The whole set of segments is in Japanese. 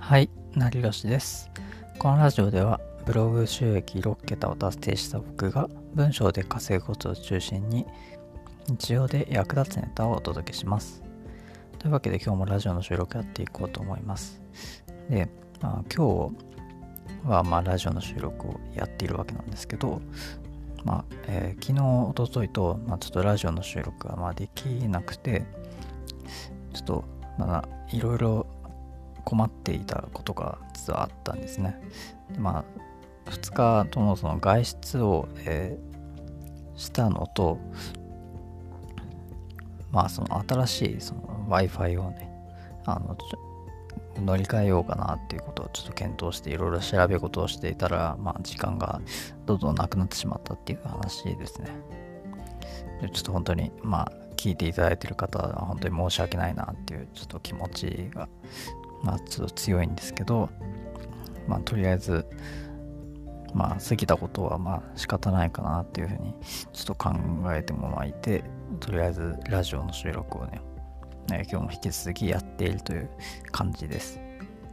はい、なりよしです。このラジオではブログ収益6桁を達成した僕が文章で稼ぐことを中心に日常で役立つネタをお届けします。というわけで今日もラジオの収録やっていこうと思います。で、今日はラジオの収録をやっているわけなんですけど、昨日、一昨日と、ちょっとラジオの収録ができなくて、ちょっといろいろ困っていたことが実はあったんですね。2日ともその外出を、したのと、その新しいその Wi-Fi をね、乗り換えようかなっていうことをちょっと検討していろいろ調べ事をしていたら、時間がどんどんなくなってしまったっていう話ですね。でちょっと本当に聞いていただいている方は本当に申し訳ないなっていうちょっと気持ちがちょっと強いんですけど、とりあえず過ぎたことは仕方ないかなっていうふうにちょっと考えてもらいて、とりあえずラジオの収録をね、今日も引き続きやっているという感じです。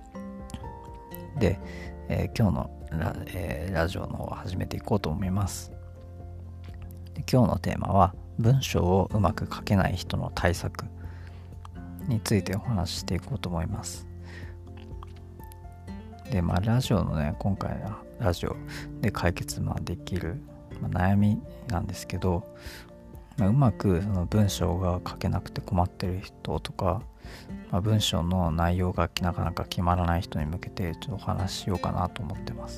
で、今日のラジオの方を始めていこうと思います。で今日のテーマは文章をうまく書けない人の対策についてお話ししていこうと思います。でラジオのね、今回のラジオで解決できる、悩みなんですけど、うまくその文章が書けなくて困ってる人とか、文章の内容がなかなか決まらない人に向けてちょっとお話ししようかなと思ってます。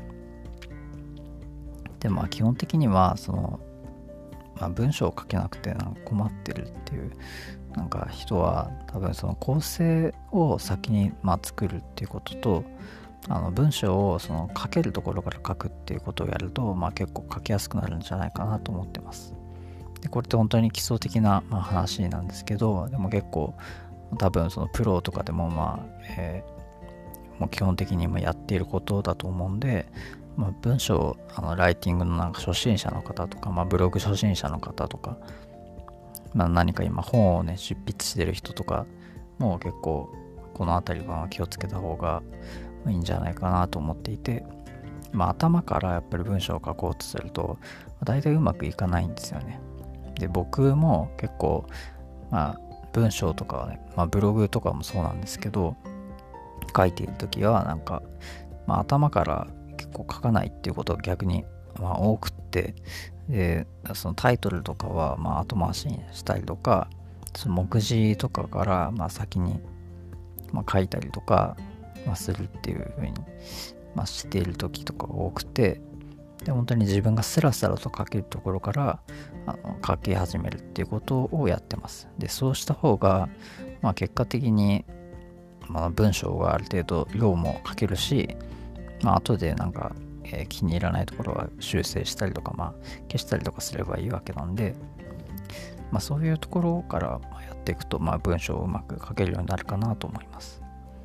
で基本的にはその、文章を書けなくて困ってるっていう人は多分その構成を先に作るっていうことと、文章をその書けるところから書くっていうことをやると、結構書きやすくなるんじゃないかなと思ってます。でこれって本当に基礎的な話なんですけど、でも結構多分そのプロとかでももう基本的にやっていることだと思うんで、文章ライティングの初心者の方とか、ブログ初心者の方とか、何か今本をね執筆してる人とかも結構このあたりは気をつけた方がいいんじゃないかなと思っていて、頭からやっぱり文章を書こうとすると大体うまくいかないんですよね。で僕も結構文章とかはね、ブログとかもそうなんですけど、書いている時は頭から結構書かないっていうことが逆に多くって、でそのタイトルとかは後回しにしたりとか、その目次とかから先に書いたりとかするっていう風にしている時とかが多くて、で本当に自分がスラスラと書けるところから書き始めるっていうことをやってます。でそうした方が結果的に文章がある程度量も書けるし、後で気に入らないところは修正したりとか消したりとかすればいいわけなんで、そういうところからやっていくと文章をうまく書けるようになるかなと思います。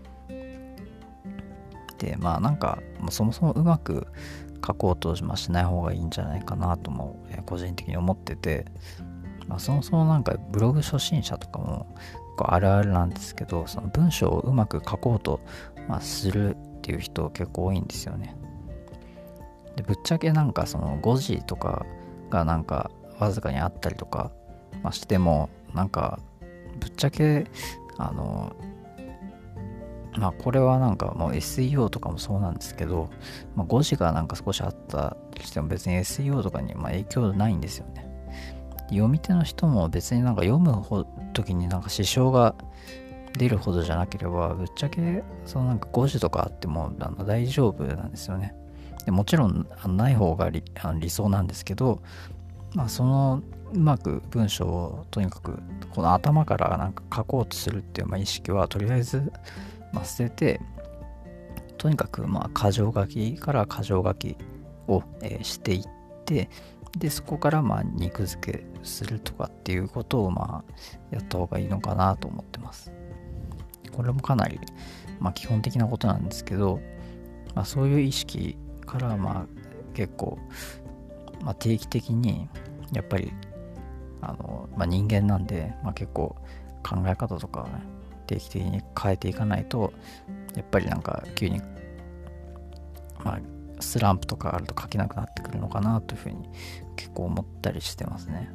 でそもそもうまく書こうとしない方がいいんじゃないかなとも個人的に思ってて、そもそもブログ初心者とかもあるあるなんですけど、その文章をうまく書こうとするっていう人結構多いんですよね。でぶっちゃけその誤字とかがわずかにあったりとかしてもぶっちゃけこれはもう SEO とかもそうなんですけど、誤字が少しあったとしても別に SEO とかに影響ないんですよね。読み手の人も別に読む時に支障が出るほどじゃなければ、ぶっちゃけその誤字とかあっても大丈夫なんですよね。でもちろんない方が理想なんですけど、そのうまく文章をとにかくこの頭から書こうとするっていう意識はとりあえず捨てて、とにかく箇条書きから箇条書きを、していって、でそこから肉付けするとかっていうことをやった方がいいのかなと思ってます。これもかなり基本的なことなんですけど、そういう意識から結構定期的にやっぱり人間なんで結構考え方とかをね定期的に変えていかないとやっぱりなんか急にスランプとかあると書けなくなってくるのかなというふうに結構思ったりしてますね。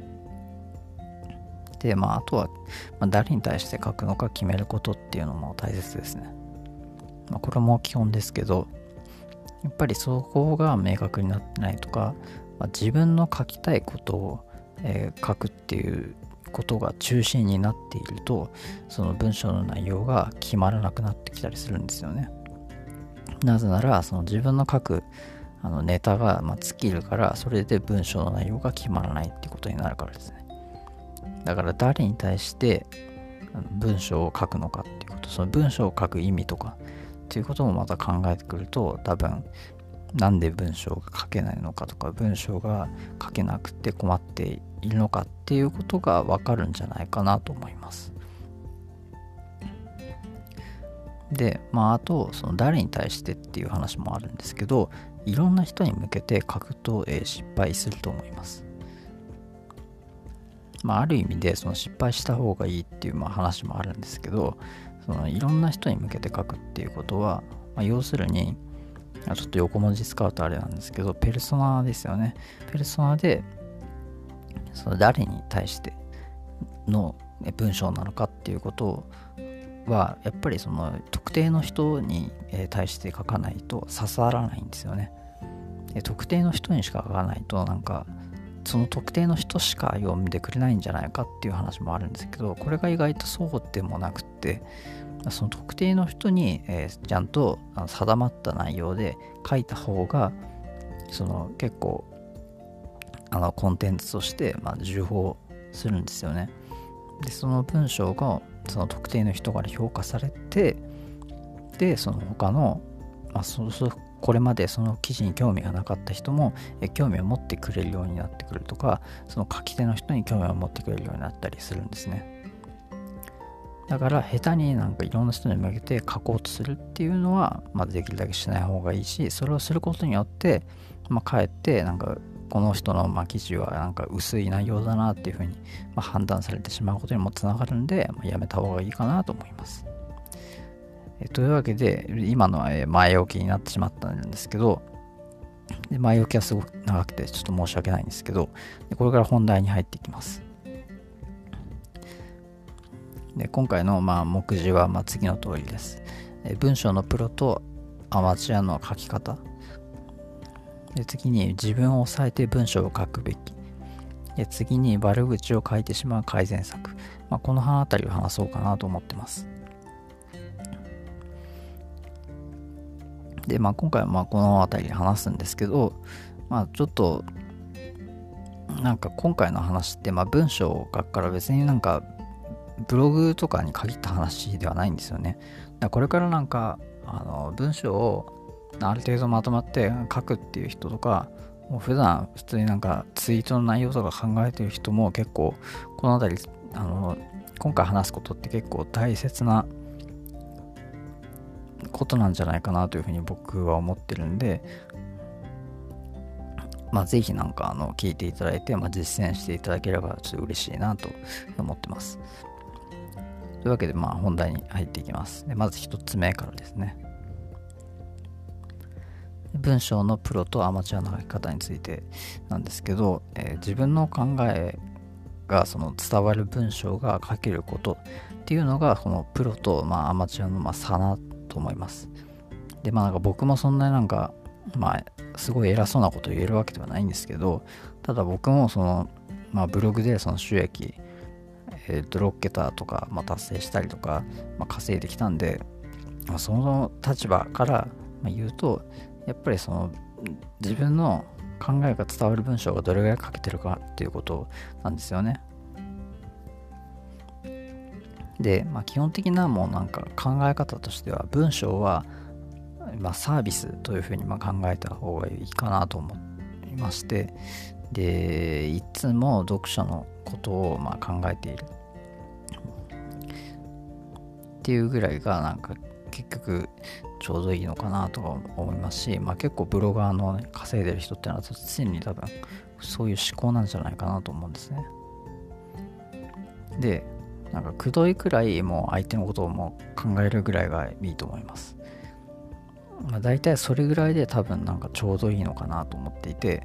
であとは、誰に対して書くのか決めることっていうのも大切ですね。これも基本ですけど、やっぱりそこが明確になってないとか、自分の書きたいことを、書くっていうことが中心になっていると、その文章の内容が決まらなくなってきたりするんですよね。なぜならその自分の書くネタが尽きるから、それで文章の内容が決まらないっていうことになるからですね。だから誰に対して文章を書くのかっていうこと、その文章を書く意味とかっていうこともまた考えてくると、多分なんで文章が書けないのかとか、文章が書けなくて困っているのかっていうことが分かるんじゃないかなと思います。であとその誰に対してっていう話もあるんですけど、いろんな人に向けて書くと、失敗すると思います。ある意味でその失敗した方がいいっていう話もあるんですけど、そのいろんな人に向けて書くっていうことは、要するにちょっと横文字使うとあれなんですけど、ペルソナですよね。ペルソナでその誰に対しての文章なのかっていうことは、やっぱりその特定の人に対して書かないと刺さらないんですよね。特定の人にしか書かないと、なんかその特定の人しか読んでくれないんじゃないかっていう話もあるんですけど、これが意外とそうでもなくて、その特定の人に、ちゃんと定まった内容で書いた方が、その結構コンテンツとして重宝するんですよね。でその文章がその特定の人から評価されて、でその他の、これまでその記事に興味がなかった人も興味を持ってくれるようになってくるとか、その書き手の人に興味を持ってくれるようになったりするんですね。だから下手になんかいろんな人に向けて書こうとするっていうのは、できるだけしない方がいいし、それをすることによって、かえってなんかこの人の記事はなんか薄い内容だなっていうふうに判断されてしまうことにもつながるんで、やめた方がいいかなと思います。というわけで、今のは前置きになってしまったんですけど、前置きはすごく長くてちょっと申し訳ないんですけど、これから本題に入っていきます。で今回の目次は次の通りです。文章のプロとアマチュアの書き方。で次に自分を抑えて文章を書くべき。で次に悪口を書いてしまう改善策。このあたりを話そうかなと思ってます。で今回はこのあたりで話すんですけど、ちょっとなんか今回の話って文章を書くから別になんかブログとかに限った話ではないんですよね。だからこれからなんか文章をある程度まとまって書くっていう人とか、もう普段普通になんかツイートの内容とか考えてる人も結構このあたり今回話すことって結構大切なことなんじゃないかなというふうに僕は思ってるんで、ぜひなんか聞いていただいて、実践していただければちょっと嬉しいなと思ってます。というわけで本題に入っていきます。でまず一つ目からですね。文章のプロとアマチュアの書き方についてなんですけど、自分の考えがその伝わる文章が書けることっていうのがこのプロとアマチュアの差なと思います。でなんか僕もそんなになんかすごい偉そうなことを言えるわけではないんですけど、ただ僕もそのブログでその収益6桁とか達成したりとか稼いできたんで、その立場から言うと、やっぱりその自分の考えが伝わる文章がどれぐらい書けてるかっていうことなんですよね。で、基本的なもうなんか考え方としては、文章はサービスというふうに考えた方がいいかなと思いまして、でいつも読者のことを考えているっていうぐらいがなんか結局ちょうどいいのかなと思いますし、結構ブロガーの、稼いでる人ってのは常に多分そういう思考なんじゃないかなと思うんですね。でなんかくどいくらいもう相手のことをもう考えるぐらいがいいと思います。大体それぐらいで多分なんかちょうどいいのかなと思っていて、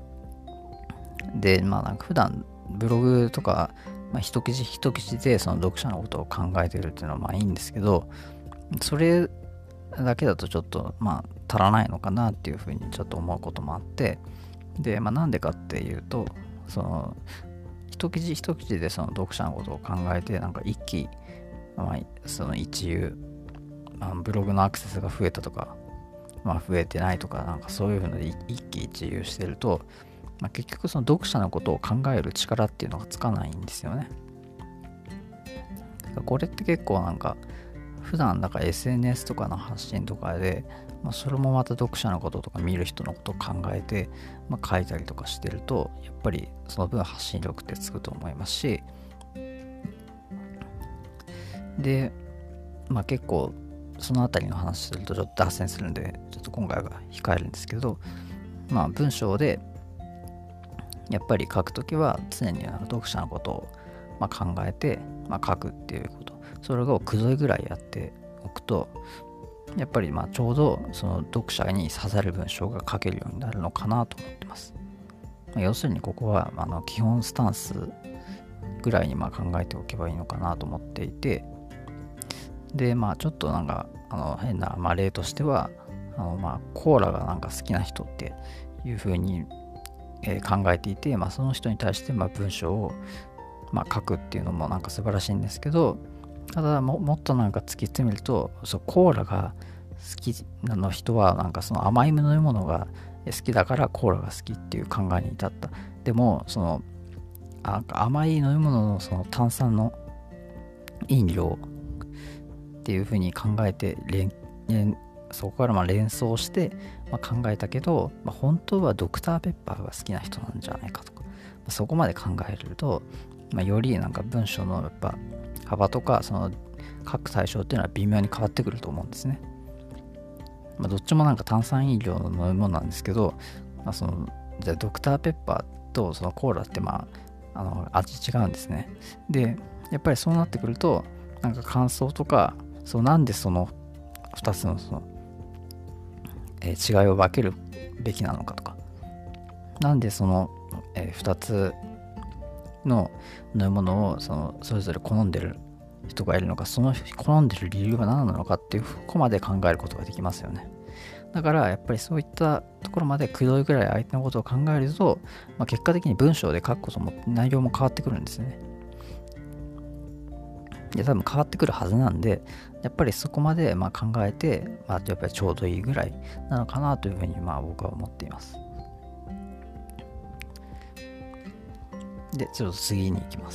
でなんか普段ブログとか、一記事一記事でその読者のことを考えてるっていうのはいいんですけど、それだけだとちょっと足らないのかなっていうふうにちょっと思うこともあって、でなんでかっていうと、その一記事一記事でその読者のことを考えてなんか一喜、その一憂、ブログのアクセスが増えたとか、増えてないとか、なんかそういうふうに一喜一憂してると、結局その読者のことを考える力っていうのがつかないんですよね。これって結構なんか普段だから SNS とかの発信とかで、それもまた読者のこととか見る人のことを考えて、書いたりとかしてると、やっぱりその分発信力ってつくと思いますし、で結構そのあたりの話するとちょっと脱線するんで、ちょっと今回は控えるんですけど、文章でやっぱり書くときは常に読者のことを考えて書くっていうこと、それをくどいぐらいやっておくと、やっぱりちょうどその読者に刺さる文章が書けるようになるのかなと思ってます。要するにここは基本スタンスぐらいに考えておけばいいのかなと思っていて、でちょっとなんか変な例としてはコーラがなんか好きな人っていう風に考えていて、その人に対して文章を書くっていうのもなんか素晴らしいんですけど、ただもっとなんか突き詰めると、コーラが好きな人はなんかその甘い飲み物が好きだからコーラが好きっていう考えに至った。でもその甘い飲み物のその炭酸の飲料っていう風に考えてそこから連想して考えたけど、本当はドクターペッパーが好きな人なんじゃないかとか、そこまで考えると、よりなんか文章のやっぱ幅とかその書く対象っていうのは微妙に変わってくると思うんですね。どっちもなんか炭酸飲料の飲み物なんですけど、そのじゃあドクターペッパーとそのコーラって味違うんですね。でやっぱりそうなってくると、なんか感想とか、なんでその2つの違いを分けるべきなのかとか、なんでその、2つの飲み物をそれぞれ好んでる人がいるのか、その好んでる理由は何なのかっていうとこまで考えることができますよね。だからやっぱりそういったところまでくどいぐらい相手のことを考えると、結果的に文章で書くことも内容も変わってくるんですね。で多分変わってくるはずなんで、やっぱりそこまで考えて、やっぱりちょうどいいぐらいなのかなというふうに僕は思っています。でちょっと次に行きます。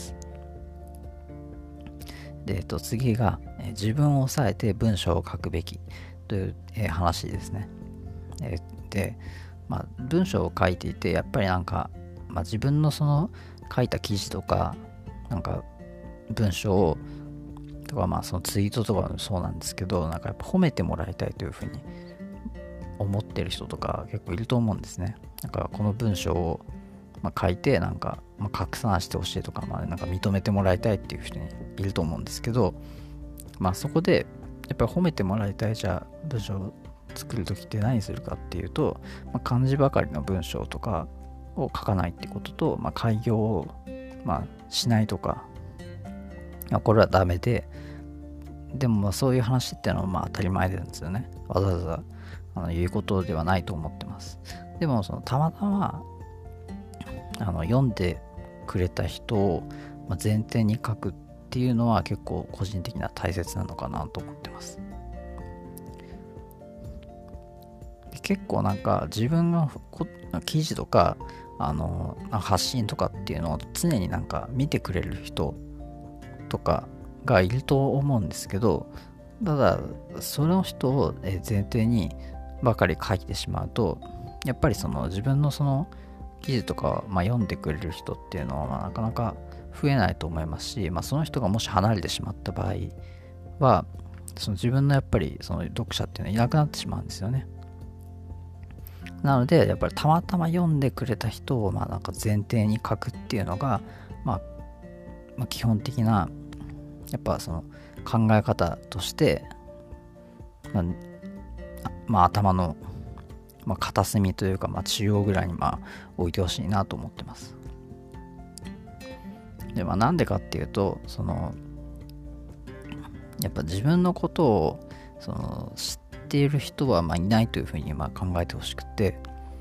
で次が、自分を抑えて文章を書くべきという、話ですね。で文章を書いていて、やっぱりなんか、自分のその書いた記事とかなんか文章をとかそのツイートとかもそうなんですけど、なんかやっぱ褒めてもらいたいというふうに思ってる人とか結構いると思うんですね。なんかこの文章を書いてなんか拡散してほしいとか、なんか認めてもらいたいっていう人にいると思うんですけど、そこでやっぱり褒めてもらいたい、じゃあ文章を作るときって何するかっていうと、漢字ばかりの文章とかを書かないってことと、改行をしないとか、これはダメで、でもそういう話っていうのは当たり前なんですよね。わざわざ言うことではないと思ってます。でもたまたま読んでくれた人を前提に書くっていうのは結構個人的には大切なのかなと思ってます。で結構なんか自分の記事とか発信とかっていうのを常になんか見てくれる人とかがいると思うんですけど、ただその人を前提にばかり書いてしまうと、やっぱり自分のその記事とか読んでくれる人っていうのはなかなか増えないと思いますし、その人がもし離れてしまった場合は、自分のやっぱりその読者っていうのはいなくなってしまうんですよね。なのでやっぱりたまたま読んでくれた人をなんか前提に書くっていうのが基本的なやっぱその考え方として、頭の、片隅というか、中央ぐらいに置いてほしいなと思ってます。で、なんでかっていうと、やっぱ自分のことを知っている人はいないというふうに考えてほしくて、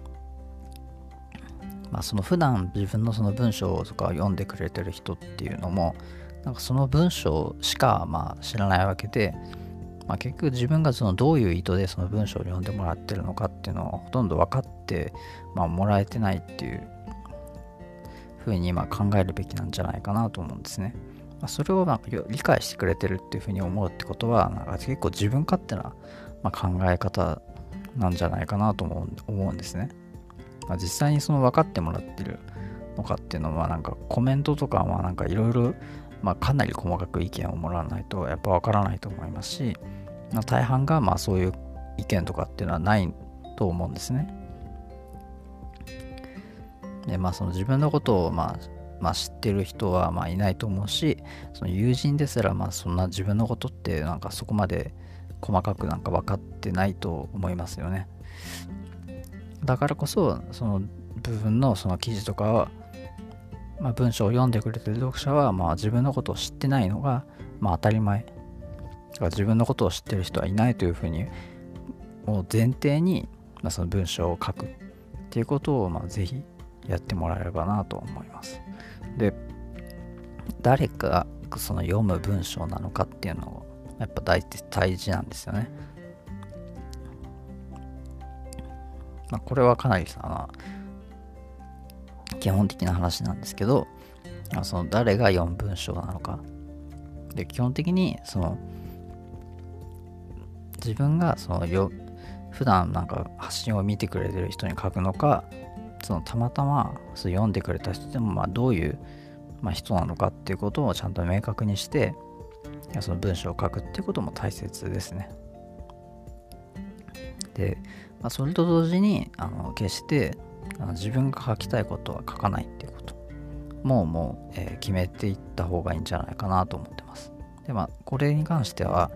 普段自分のその文章とかを読んでくれてる人っていうのもなんかその文章しか知らないわけで、結局自分がどういう意図でその文章を読んでもらってるのかっていうのをほとんど分かって、もらえてないっていうふうに考えるべきなんじゃないかなと思うんですね。それを理解してくれてるっていうふうに思うってことは結構自分勝手な考え方なんじゃないかなと思うんですね。実際に分かってもらってるのかっていうのはコメントとかはいろいろかなり細かく意見をもらわないとやっぱ分からないと思いますし、大半がそういう意見とかっていうのはないと思うんですね。でその自分のことを知ってる人はいないと思うし、その友人ですらそんな自分のことってそこまで細かく分かってないと思いますよね。だからこそその部分のその記事とかは、文章を読んでくれてる読者は自分のことを知ってないのが当たり前。だから自分のことを知ってる人はいないというふうにもう前提に、その文章を書くっていうことをぜひやってもらえればなと思います。で、誰がその読む文章なのかっていうのをやっぱ大事なんですよね。これはかなり基本的な話なんですけど、その誰が読む文章なのかで、基本的に自分が普段発信を見てくれてる人に書くのか、たまたま読んでくれた人でもどういう人なのかっていうことをちゃんと明確にしてその文章を書くっていうことも大切ですね。で、それと同時に決して自分が書きたいことは書かないっていうこともう決めていった方がいいんじゃないかなと思ってます。でこれに関しては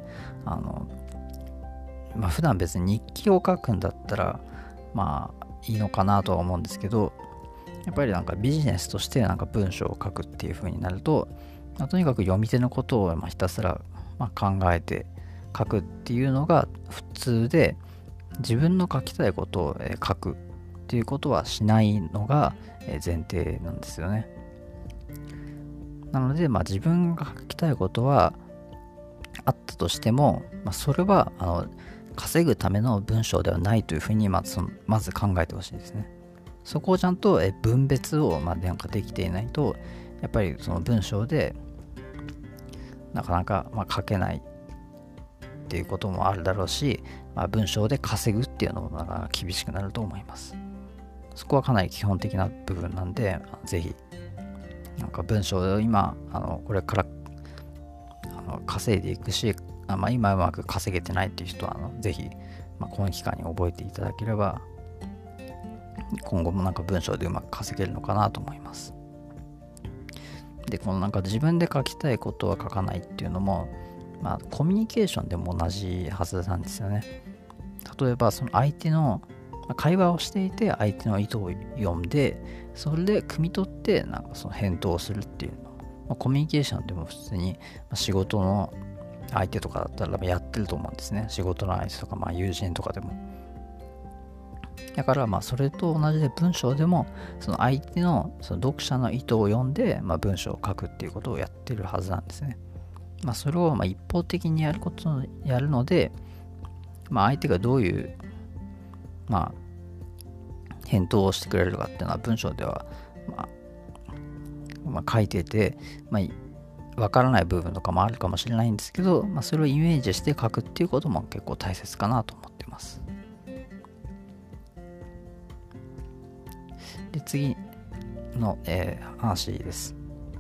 普段別に日記を書くんだったらいいのかなとは思うんですけど、やっぱりビジネスとして文章を書くっていう風になると、とにかく読み手のことをひたすら考えて書くっていうのが普通で、自分の書きたいことを書くっていうことはしないのが前提なんですよね。なので自分が書きたいことはあったとしても、それは稼ぐための文章ではないというふうにまず考えてほしいですね。そこをちゃんと分別をできていないと、やっぱりその文章でなかなか書けないっていうこともあるだろうし、文章で稼ぐっていうのもなかなか厳しくなると思います。そこはかなり基本的な部分なんで、ぜひ文章を今これから稼いでいくし、今うまく稼げてないっていう人はぜひ、この期間に覚えていただければ今後も文章でうまく稼げるのかなと思います。で、この自分で書きたいことは書かないっていうのも、コミュニケーションでも同じはずなんですよね。例えばその相手の会話をしていて相手の意図を読んで、それで汲み取ってその返答をするっていうの、コミュニケーションでも普通に仕事の相手とかだったらやってると思うんですね。仕事の相手とか友人とかでも。だからそれと同じで文章でもその相手のその読者の意図を読んで文章を書くっていうことをやってるはずなんですね。それを一方的にやるので、相手がどういう返答をしてくれるかっていうのは文章では書いててわからない部分とかもあるかもしれないんですけど、それをイメージして書くっていうことも結構大切かなと思ってます。で、次の、話です。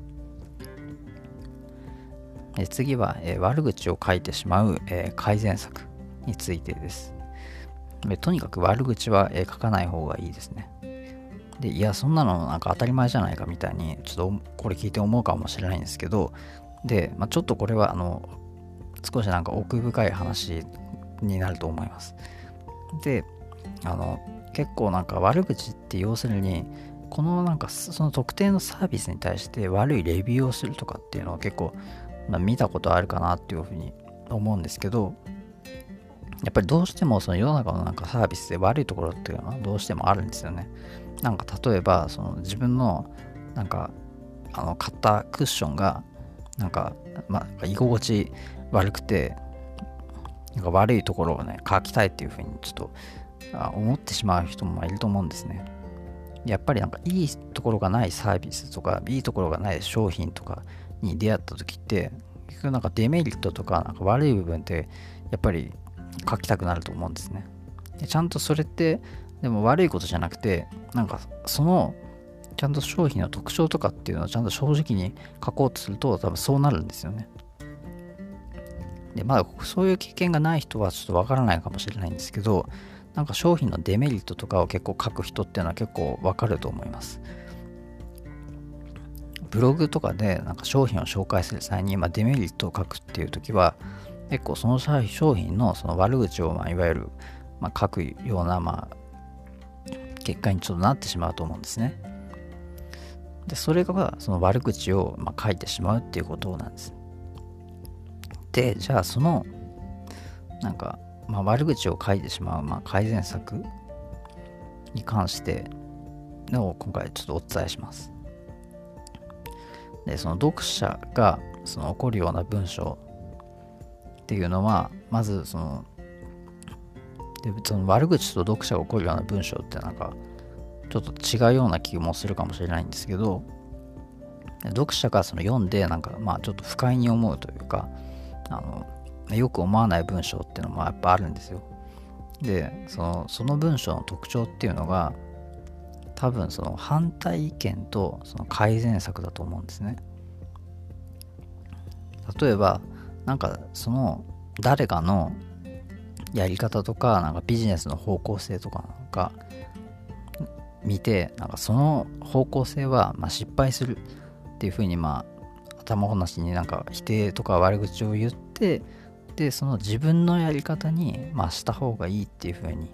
次は、悪口を書いてしまう、改善策についてです。とにかく悪口は、書かない方がいいですね。で、いやそんなの当たり前じゃないかみたいにちょっとこれ聞いて思うかもしれないんですけど、 で、ちょっとこれは少しなんか奥深い話になると思います。で、結構なんか悪口って要するに、このなんかその特定のサービスに対して悪いレビューをするとかっていうのは結構、見たことあるかなっていうふうに思うんですけど、やっぱりどうしてもその世の中のなんかサービスで悪いところっていうのはどうしてもあるんですよね。なんか例えばその自分のなんか買ったクッションがなんか居心地悪くて、なんか悪いところをね書きたいっていうふうにちょっと思ってしまう人もいると思うんですね。やっぱりなんかいいところがないサービスとかいいところがない商品とかに出会った時って、結局なんかデメリットとかなんか悪い部分ってやっぱり書きたくなると思うんですね。でちゃんとそれってでも悪いことじゃなくて、なんかそのちゃんと商品の特徴とかっていうのをちゃんと正直に書こうとすると多分そうなるんですよね。でそういう経験がない人はちょっとわからないかもしれないんですけど、なんか商品のデメリットとかを結構書く人っていうのは結構わかると思います。ブログとかでなんか商品を紹介する際にデメリットを書くっていう時は、結構その商品のその悪口をいわゆる書くような結果にちょっとなってしまうと思うんですね。でそれがその悪口を書いてしまうっていうことなんです。でじゃあそのなんか悪口を書いてしまう改善策に関してのを今回ちょっとお伝えします。でその読者がその起こるような文章っていうのは、まずその悪口と読者が起こるような文章ってなんかちょっと違うような気もするかもしれないんですけど、読者がその読んでなんかちょっと不快に思うというか、よく思わない文章っていうのもやっぱあるんですよ。でその文章の特徴っていうのが多分その反対意見とその改善策だと思うんですね。例えばなんかその誰かのやり方とかなんかビジネスの方向性とかなんか見て、なんかその方向性は失敗するっていうふうに頭ごなしになんか否定とか悪口を言って、でその自分のやり方にした方がいいっていうふうに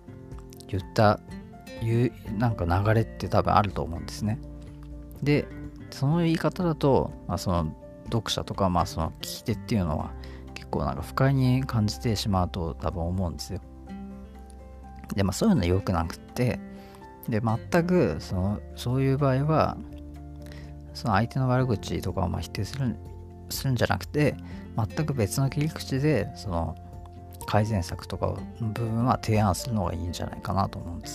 いうなんか流れって多分あると思うんですね。でその言い方だと、その読者とかその聞き手っていうのは結構なんか不快に感じてしまうと多分思うんですよ。でそういうのは良くなくて、で全くそういう場合はその相手の悪口とかを否定するんじゃなくて、全く別の切り口でその改善策とかの部分は提案するのがいいんじゃないかなと思うんです。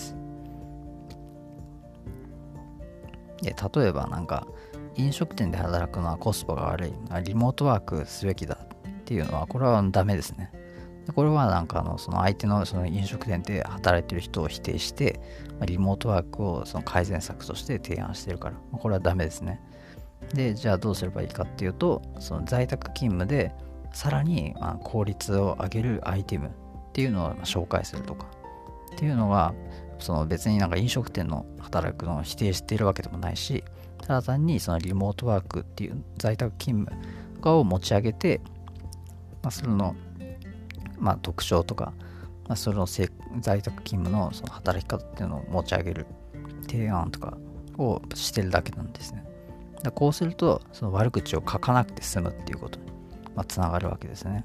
で例えばなんか飲食店で働くのはコスパが悪い、リモートワークすべきだっていうのはこれはダメですね。これはなんかその相手のその飲食店で働いてる人を否定して、リモートワークをその改善策として提案してるから、これはダメですね。でじゃあどうすればいいかっていうと、その在宅勤務でさらに効率を上げるアイテムっていうのを紹介するとかっていうのは、その別になんか飲食店の働くのを否定しているわけでもないし、ただ単にそのリモートワークっていう在宅勤務とかを持ち上げて、その特徴とか、その在宅勤務のその働き方っていうのを持ち上げる提案とかをしてるだけなんですね。こうするとその悪口を書かなくて済むっていうことにつながるわけですね。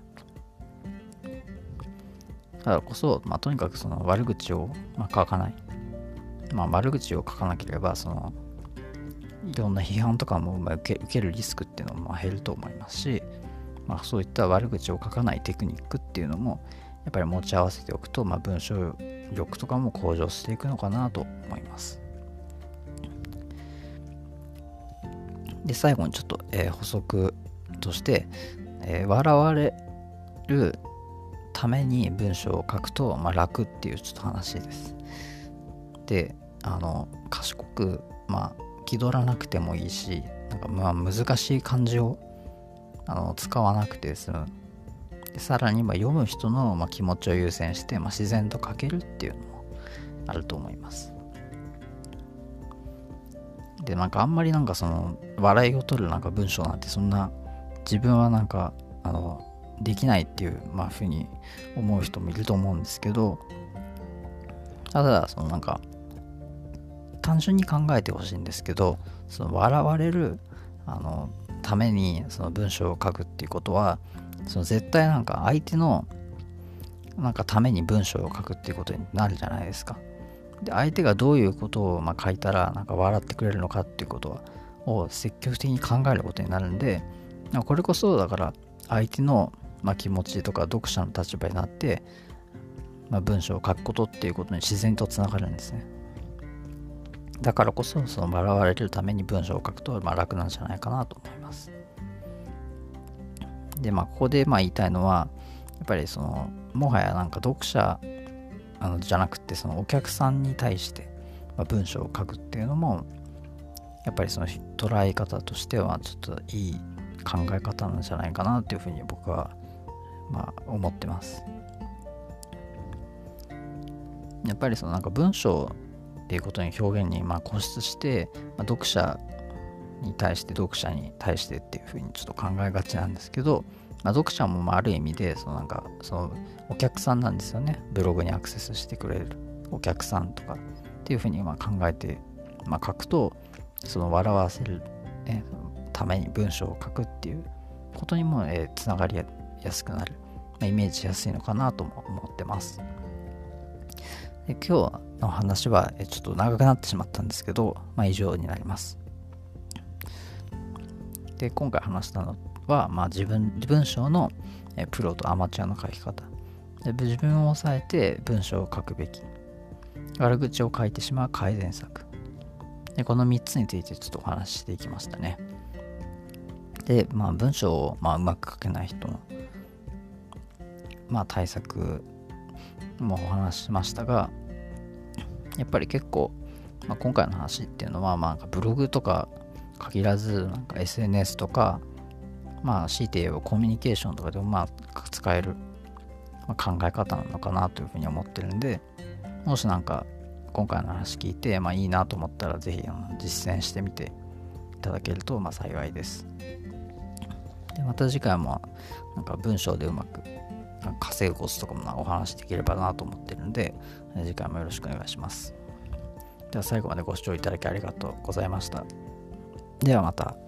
だからこそ、とにかくその悪口を書かない。悪口を書かなければそのいろんな批判とかも受けるリスクっていうのも減ると思いますし、そういった悪口を書かないテクニックっていうのもやっぱり持ち合わせておくと、文章力とかも向上していくのかなと思います。で最後にちょっと、補足として、笑われるために文章を書くと、楽っていうちょっと話です。で賢く気取らなくてもいいし、なんか難しい漢字を使わなくて済む。でさらに読む人の気持ちを優先して、自然と書けるっていうのもあると思います。でなんかあんまりなんかその笑いを取るなんか文章なんてそんな自分はなんかできないっていう、ふうに思う人もいると思うんですけど、ただそのなんか単純に考えてほしいんですけど、その笑われるためにその文章を書くっていうことは、その絶対なんか相手のなんかために文章を書くっていうことになるじゃないですか。で、相手がどういうことを書いたらなんか笑ってくれるのかっていうことを積極的に考えることになるんで、これこそだから相手の気持ちとか読者の立場になって、文章を書くことっていうことに自然とつながるんですね。だからこそその笑われるために文章を書くと楽なんじゃないかなと思います。で、ここで言いたいのは、やっぱりそのもはやなんか読者じゃなくて、そのお客さんに対して文章を書くっていうのもやっぱりその捉え方としてはちょっといい考え方なんじゃないかなっていうふうに僕は思ってます。やっぱりそのなんか文章っていうことに表現に固執して、読者に対してっていうふうにちょっと考えがちなんですけど、読者もある意味でそのお客さんなんですよね。ブログにアクセスしてくれるお客さんとかっていうふうに考えて、書くと、その笑わせる、ために文章を書くっていうことにも、つながりやすくなる、イメージしやすいのかなとも思ってます。で、今日の話はちょっと長くなってしまったんですけど、以上になります。で、今回話したのは、文章のプロとアマチュアの書き方で、自分を抑えて文章を書くべき、悪口を書いてしまう改善策で、この3つについてちょっとお話ししていきましたね。で、文章をうまく書けない人の対策もお話ししましたが、やっぱり結構、今回の話っていうのはブログとか限らずSNS とか、強いて言えばコミュニケーションとかでも使える、考え方なのかなというふうに思ってるんで、もし今回の話聞いて、いいなと思ったらぜひ実践してみていただけると幸いです。で、また次回も文章でうまく稼ぐコツとかもお話しできればなと思ってるんで、次回もよろしくお願いします。では最後までご視聴いただきありがとうございました。ではまた。